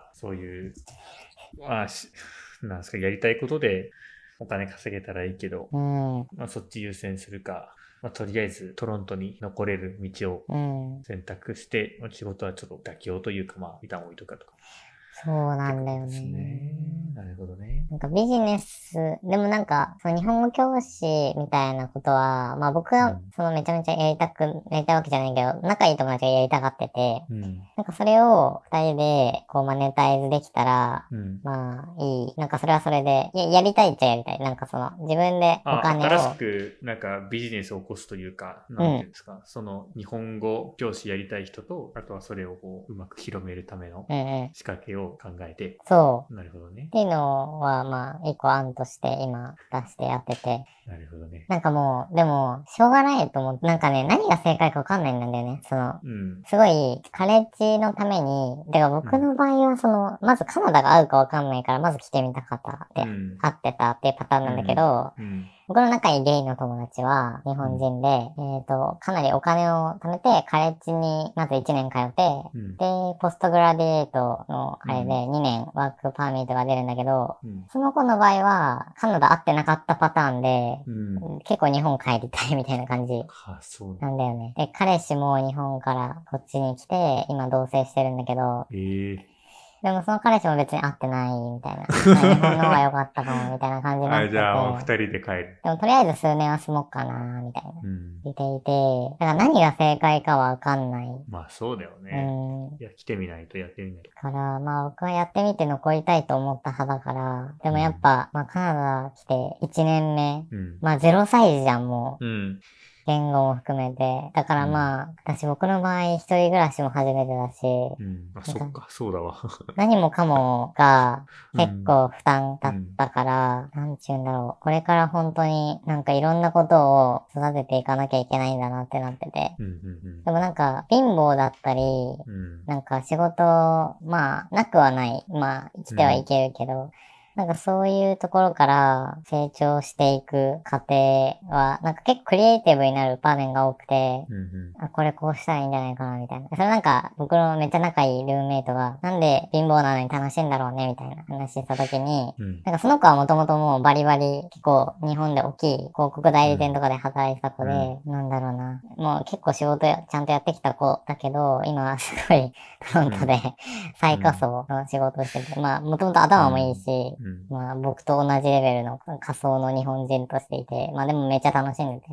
そういう、まあ、なんですか、やりたいことでお金稼げたらいいけど、まあそっち優先するか。まあ、とりあえずトロントに残れる道を選択して、仕事はちょっと妥協というか、まあ、一旦置いとくかとか。 そうなんだよね。 なるほどね。 なんかビジネス、でもなんか、その日本語教師みたいなことは、まあ僕はそのめちゃめちゃやりたいわけじゃないけど、仲いい友達がやりたがってて、なんかそれを二人でこうマネタイズできたら、まあいい。なんかそれはそれで、やりたいっちゃやりたい。なんかその自分でお金を。 新しくなんかビジネスを起こすというか、なんていうんですか、その日本語教師やりたい人と、あとはそれをこううまく広めるための仕掛けを考えて。 そう。 なるほどね。 っていうのは、まあ、一個案として今出してやってて。 なるほどね。 なんかもう、でも、しょうがないと思って、なんかね、何が正解かわかんないんだよね。その、すごい、カレッジのために、てか僕の場合はその、まずカナダが合うかわかんないから、まず来てみたかったって、合ってたっていうパターンなんだけど、僕の仲いいゲイの友達は日本人で、かなりお金を貯めて、カレッジにまず1年通って、で、ポストグラディエートのあれで2年ワークパーミットが出るんだけど、その子の場合は、カナダ合ってなかったパターンで、結構日本帰りたいみたいな感じなんだよね。で、彼氏も日本からこっちに来て、今同棲してるんだけど、でもその彼氏も別に会ってないみたいな。日本の方が良かったかもみたいな感じになってて。 じゃあ、二人で帰る。 でもとりあえず数年は住もうかなみたいな。言っていて、だから何が正解かわかんない。 まあそうだよね。いや、来てみないとやってみないと。 から、まあ僕はやってみて残りたいと思った派だから、でもやっぱ、まあカナダ来て1年目、まあ0歳児じゃん、もう。言語も含めて。だからまあ、私僕の場合一人暮らしも初めてだし。 あ、そっか、そうだわ。 何もかもが結構負担だったから、なんちゅうんだろう。これから本当になんかいろんなことを育てていかなきゃいけないんだなってなってて。でもなんか貧乏だったり、なんか仕事、まあなくはない。まあ生きてはいけるけど、なんかそういうところから成長していく過程は、なんか結構クリエイティブになる場面が多くて、あ、これこうしたらいいんじゃないかなみたいな。それなんか僕のめっちゃ仲いいルームメイトが、なんで貧乏なのに楽しいんだろうねみたいな話した時に、なんかその子はもともともうバリバリ結構日本で大きい広告代理店とかで働いてた子で、なんだろうな。もう結構仕事ちゃんとやってきた子だけど、今はすごいトロントで最下層の仕事をしてて、まあもともと頭もいいし、まあ僕と同じレベルの仮想の日本人としていて、まあでもめっちゃ楽しんでて。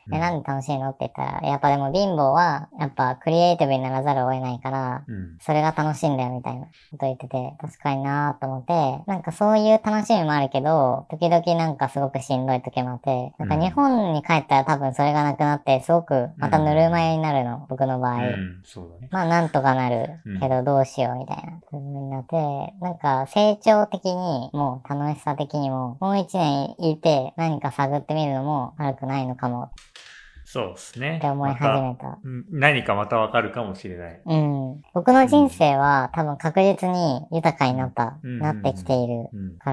なんで楽しいのって言ったら、やっぱでも貧乏は、やっぱクリエイティブにならざるを得ないから、それが楽しいんだよみたいなこと言ってて、確かになーと思って、なんかそういう楽しみもあるけど、時々なんかすごくしんどい時もあって、なんか日本に帰ったら多分それがなくなって、すごくまたぬるま湯になるの、僕の場合。 そうだね。 まあなんとかなるけどどうしようみたいな部分になって、なんか成長的にも楽しさ的にも、もう一年いて何か探ってみるのも悪くないのかも。 そうですね。 って思い始めた。 何かまたわかるかもしれない。 僕の人生は多分確実に豊かになってきているから、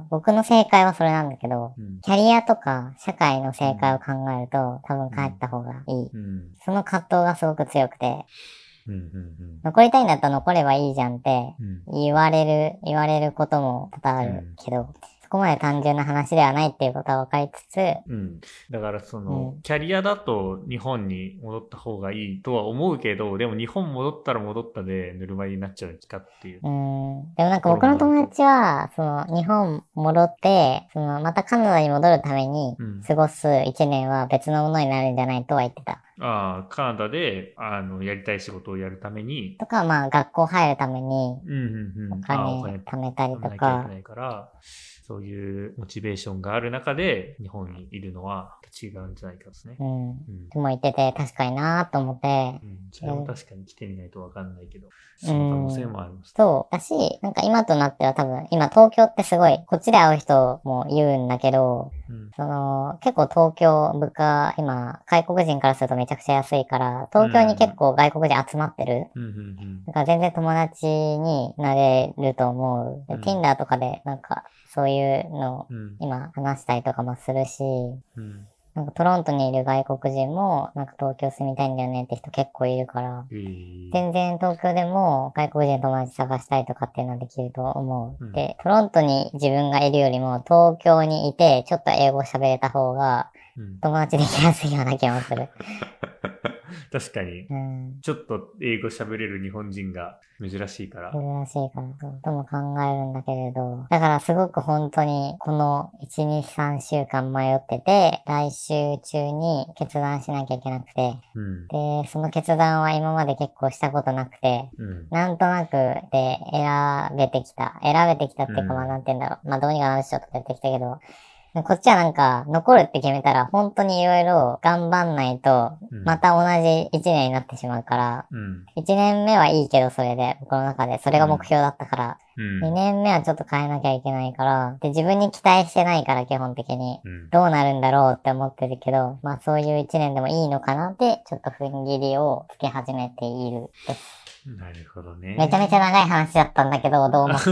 僕の正解はそれなんだけど、キャリアとか社会の正解を考えると多分帰った方がいい。その葛藤がすごく強くて、残りたいんだったら残ればいいじゃんって言われることも多々あるけど、そこまで単純な話ではないっていうことは分かりつつ、 だからキャリアだと日本に戻った方がいいとは思うけど、でも日本戻ったら戻ったでぬるま湯になっちゃうかっていう。 でもなんか僕の友達は、日本戻って、またカナダに戻るために過ごす1年は別のものになるんじゃないとは言ってた。 カナダで、やりたい仕事をやるために。 とか、まあ学校入るために、お金貯めたりとか。 そういうモチベーションがある中で日本にいるのは違うんじゃないかですね。 でも言ってて確かになと思って。 それも確かに来てみないとわかんないけど、その可能性もあります。 そうだし、なんか今となっては多分、今東京ってすごい、こっちで会う人も言うんだけど、結構東京物価、今、外国人からするとめちゃくちゃ安いから、東京に結構外国人集まってる。だから全然友達になれると思う。Tinder とかでなんか、そういうのを今話したりとかもするし、なんかトロントにいる外国人もなんか東京住みたいんだよねって人結構いるから、全然東京でも外国人友達探したいとかっていうのはできると思う。で、トロントに自分がいるよりも東京にいてちょっと英語喋れた方が友達できやすいような気もする。 確かに、ちょっと英語喋れる日本人が珍しいから。 珍しいからとも考えるんだけれど。だからすごく本当にこの1、2、3週間迷ってて、来週中に決断しなきゃいけなくて。で、その決断は今まで結構したことなくて、なんとなくで選べてきたっていうか、まあなんて言うんだろう。まあどうにかなるっしょとかやってきたけど、こっちはなんか、残るって決めたら、本当にいろいろ頑張んないと、また同じ1年になってしまうから、1年目はいいけど、それで、僕の中で、それが目標だったから、2年目はちょっと変えなきゃいけないから、で、自分に期待してないから、基本的に、どうなるんだろうって思ってるけど、まあそういう1年でもいいのかなって、ちょっと踏ん切りをつけ始めているです。 なるほどね。 めちゃめちゃ長い話だったんだけど、どう思った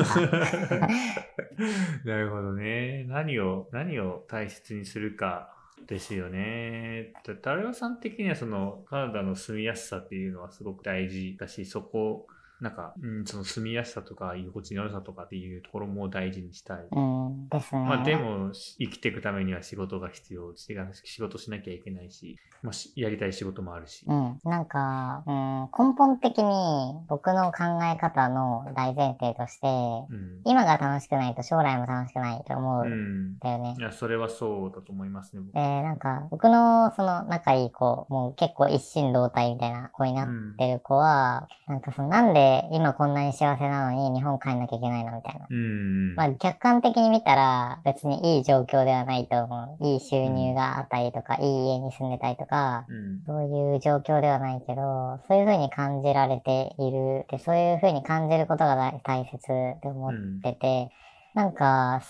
なるほどね。何を大切にするかですよね。タルヤさん的にはカナダの住みやすさっていうのはすごく大事だし、そこなんか、その住みやすさとか居心地の良さとかっていうところも大事にしたい。 ですね。 まあでも、生きていくためには仕事が必要。仕事しなきゃいけないし、まあ、やりたい仕事もあるし。 なんか、根本的に僕の考え方の大前提として、今が楽しくないと将来も楽しくないと思うんだよね。 いや、それはそうだと思いますね。 なんか、僕の仲いい子、もう結構一心同体みたいな子になってる子は、なんかなんで今こんなに幸せなのに日本帰んなきゃいけないのみたいな。まあ客観的に見たら別にいい状況ではないと思う。いい収入があったりとか、いい家に住んでたりとか、そういう状況ではないけど、そういう風に感じられている。で、そういう風に感じることが大切って思ってて、なんか、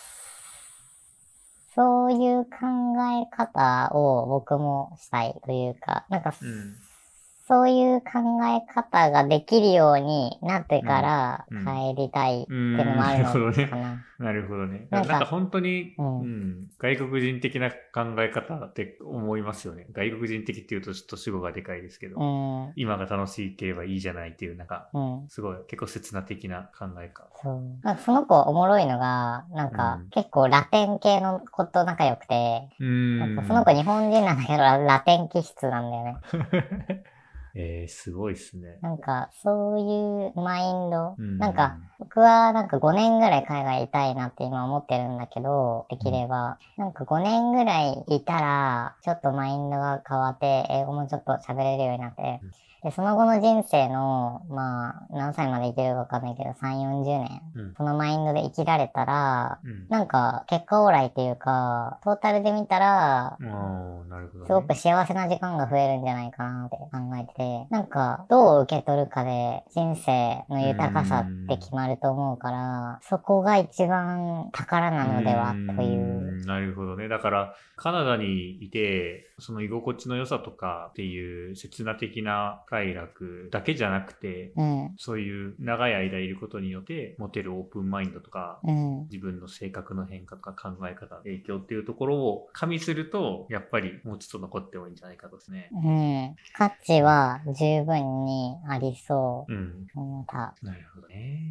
そういう考え方を僕もしたいというか、なんか、そういう考え方ができるようになってから帰りたいっていうのもあるのかな。 なるほどね。なんか本当に、外国人的な考え方って思いますよね。外国人的っていうとちょっと主語がでかいですけど、今が楽しければいいじゃないっていう、なんか、すごい結構刹那的な考え方。 なんかその子おもろいのが、なんか結構ラテン系の子と仲良くて、なんかその子日本人なんだけどラテン気質なんだよね。 すごいっすね。 なんか、そういうマインド、なんか、僕はなんか5年ぐらい海外いたいなって今思ってるんだけど、できれば、なんか5年ぐらいいたら、ちょっとマインドが変わって、英語もちょっと喋れるようになって、で、その後の人生の、まあ、何歳まで生きるかわかんないけど、3、40年、そのマインドで生きられたら、なんか、結果オーライっていうか、トータルで見たら、 なるほどね。 すごく幸せな時間が増えるんじゃないかなって考えてて、なんか、どう受け取るかで人生の豊かさって決まると思うから、そこが一番宝なのではという。 なるほどね。だから、カナダにいて、その居心地の良さとかっていう刹那的な快楽だけじゃなくて、そういう長い間いることによって持てるオープンマインドとか、自分の性格の変化とか考え方、影響っていうところを加味すると、やっぱりもうちょっと残ってもいいんじゃないかとですね。 価値は十分にありそう。 なるほどね。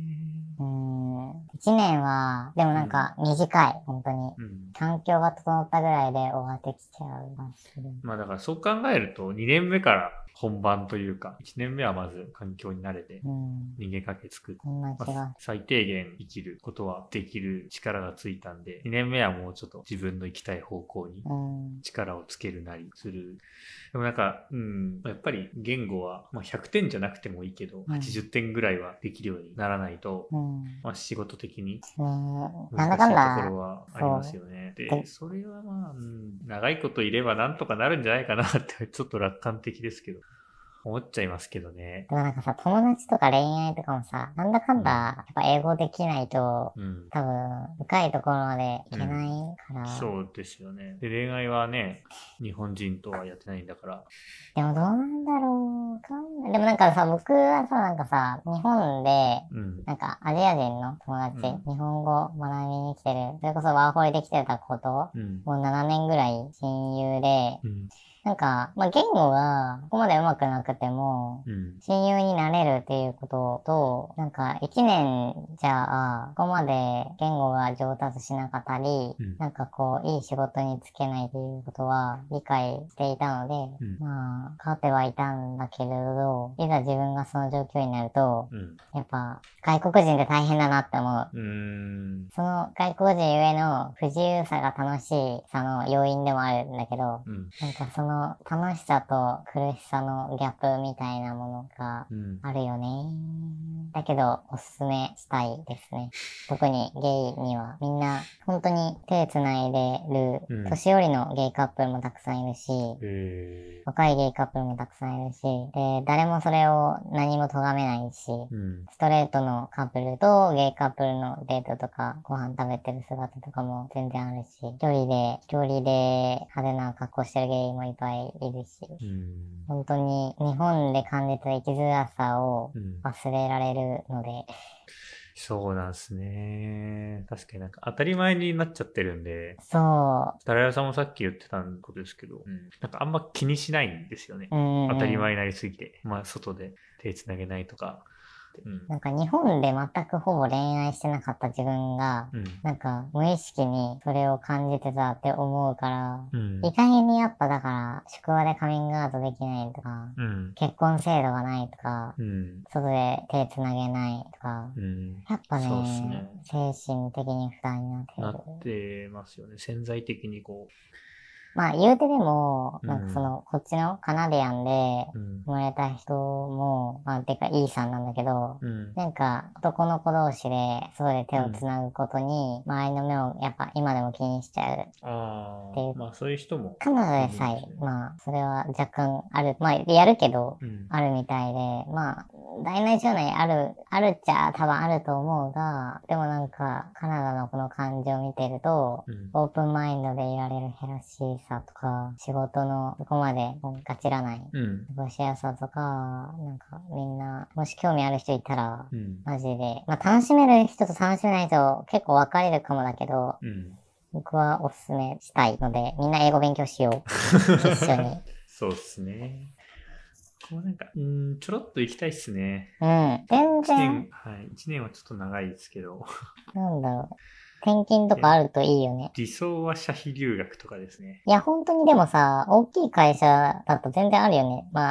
1年は、でもなんか短い、本当に。環境が整ったぐらいで終わってきちゃうままあだからそう考えると2年目から本番というか、1年目はまず環境に慣れて人間関係作って、最低限生きることはできる力がついたんで、2年目はもうちょっと自分の行きたい方向に力をつけるなりする。でもなんか、やっぱり言語は、まあ、100点じゃなくてもいいけど、80点ぐらいはできるようにならないと、まあ仕事的に難しいところはありますよね。で、それはまあ、長いこといればなんとかなるんじゃないかなってちょっと楽観的ですけど。思っちゃいますけどね。 でもなんかさ、友達とか恋愛とかもさ、なんだかんだ、やっぱ英語できないと、多分、深いところまでいけないから、 そうですよね。で、恋愛はね、日本人とはやってないんだから。 でもどうなんだろう。でもなんかさ、僕はさ、なんかさ、日本で、なんかアジア人の友達、日本語学びに来てる、それこそワーホリで来てた子と、もう7年ぐらい親友で、なんか、まあ、言語がここまで上手くなくても、親友になれるっていうことと、なんか1年じゃあ、ここまで言語が上達しなかったり、なんかこう、いい仕事に就けないということは理解していたので、まあ、変わってはいたんだけれど、いざ自分がその状況になると、やっぱ外国人って大変だなって思う。その外国人ゆえの不自由さが楽しさの要因でもあるんだけど、なんかその楽しさと苦しさのギャップみたいなものがあるよね。だけどおすすめしたいですね。特にゲイにはみんな本当に手繋いでる年寄りのゲイカップルもたくさんいるし、若いゲイカップルもたくさんいるし、で、誰もそれを何も咎めないし、ストレートのカップルとゲイカップルのデートとかご飯食べてる姿とかも全然あるし、一人で派手な格好してるゲイもいっぱいいるし、本当に日本で感じた生きづらさを忘れられるので、 そうなんですね。確かになんか当たり前になっちゃってるんで。 そう。 タラヤさんもさっき言ってたことですけど、なんかあんま気にしないんですよね。当たり前になりすぎて。まあ外で手つなげないとか。 なんか日本で全くほぼ恋愛してなかった自分が、なんか無意識にそれを感じてたって思うから、意外にやっぱだから職場でカミングアウトできないとか、結婚制度がないとか、外で手つなげないとか、やっぱね、精神的に負担になってる。 なってますよね。潜在的にこう。 まあ言うてでも、なんかその、こっちのカナディアンで生まれた人も、まあてかイーさんなんだけど、なんか男の子同士で外で手をつなぐことに、周りの目をやっぱ今でも気にしちゃうっていう。 まあそういう人も。 カナダでさえ、まあそれは若干ある、まあやるけど、あるみたいで、まあ、大なり小なりあるっちゃ多分あると思うが、でもなんかカナダのこの感じを見てると、オープンマインドでいられるヘルシーさとか、仕事のそこまでガチらない、過ごしやすさとか、なんかみんな、もし興味ある人いたら、マジで、まあ楽しめる人と楽しめない人結構分かれるかもだけど、僕はおすすめしたいので、みんな英語勉強しよう。一緒に。 そうっすね。こうなんか、ちょろっと行きたいっすね。 全然。 はい。1年はちょっと長いですけど。 なんだろう。転勤とかあるといいよね。 理想は社費留学とかですね。 いや、本当にでもさ、大きい会社だと全然あるよね。まあ、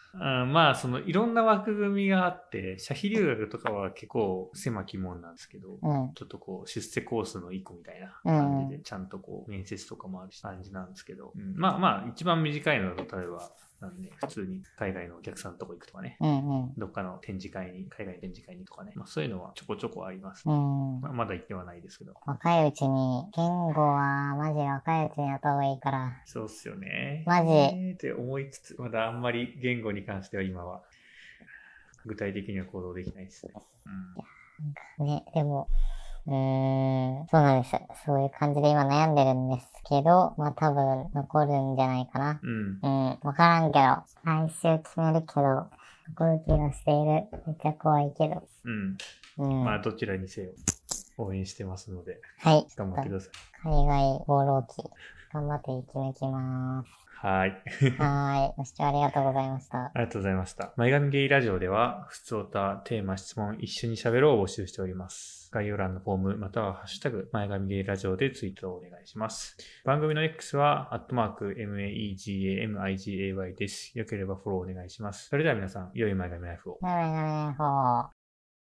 まあ、いろんな枠組みがあって、社費留学とかは結構狭き門なんですけど、ちょっと出世コースの一個みたいな感じで、ちゃんと面接とかもある感じなんですけど、まあ、一番短いのだと、例えば、なんで、普通に海外のお客さんのとこ行くとかね、どっかの展示会に、海外の展示会にとかね、まあ、そういうのはちょこちょこあります、ね。まだ行ってはないですけど。 若いうちに、言語はマジ若いうちにやった方がいいから。 そうっすよね。 マジ。 って思いつつ、まだあんまり言語に関しては今は、具体的には行動できないですね。 ね、でも、そうなんです。そういう感じで今悩んでるんですけど、まあ多分残るんじゃないかな。わからんけど、来週決めるけど、残る気がしている。めっちゃ怖いけど。 まあどちらにせよ、応援してますので、 はい。 頑張ってください。 海外放浪記、頑張って生き抜きます。 はい。 ご視聴ありがとうございました。 ありがとうございました。前髪ゲイラジオでは、ふつおた、テーマ、質問、一緒に喋ろうを募集しております。概要欄のフォーム、またはハッシュタグ、前髪ゲイラジオでツイートをお願いします。番組の X は、@MAEGAMIGAY です。よければフォローお願いします。それでは皆さん、良い前髪ライフを。 前髪ライフを。